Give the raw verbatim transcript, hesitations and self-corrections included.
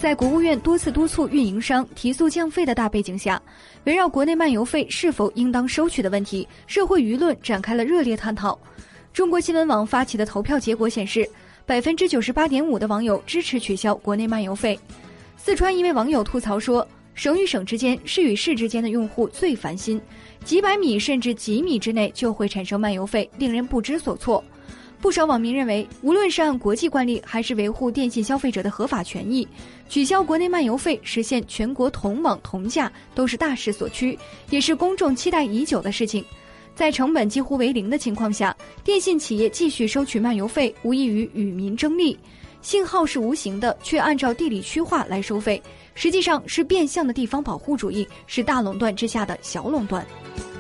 在国务院多次督促运营商提速降费的大背景下，围绕国内漫游费是否应当收取的问题，社会舆论展开了热烈探讨。中国新闻网发起的投票结果显示，百分之九十八点五的网友支持取消国内漫游费。四川一位网友吐槽说，省与省之间、市与市之间的用户最烦心，几百米甚至几米之内就会产生漫游费，令人不知所措。不少网民认为，无论是按国际惯例，还是维护电信消费者的合法权益，取消国内漫游费，实现全国同网同价，都是大势所趋，也是公众期待已久的事情。在成本几乎为零的情况下，电信企业继续收取漫游费，无异于与民争利。信号是无形的，却按照地理区划来收费，实际上是变相的地方保护主义，是大垄断之下的小垄断。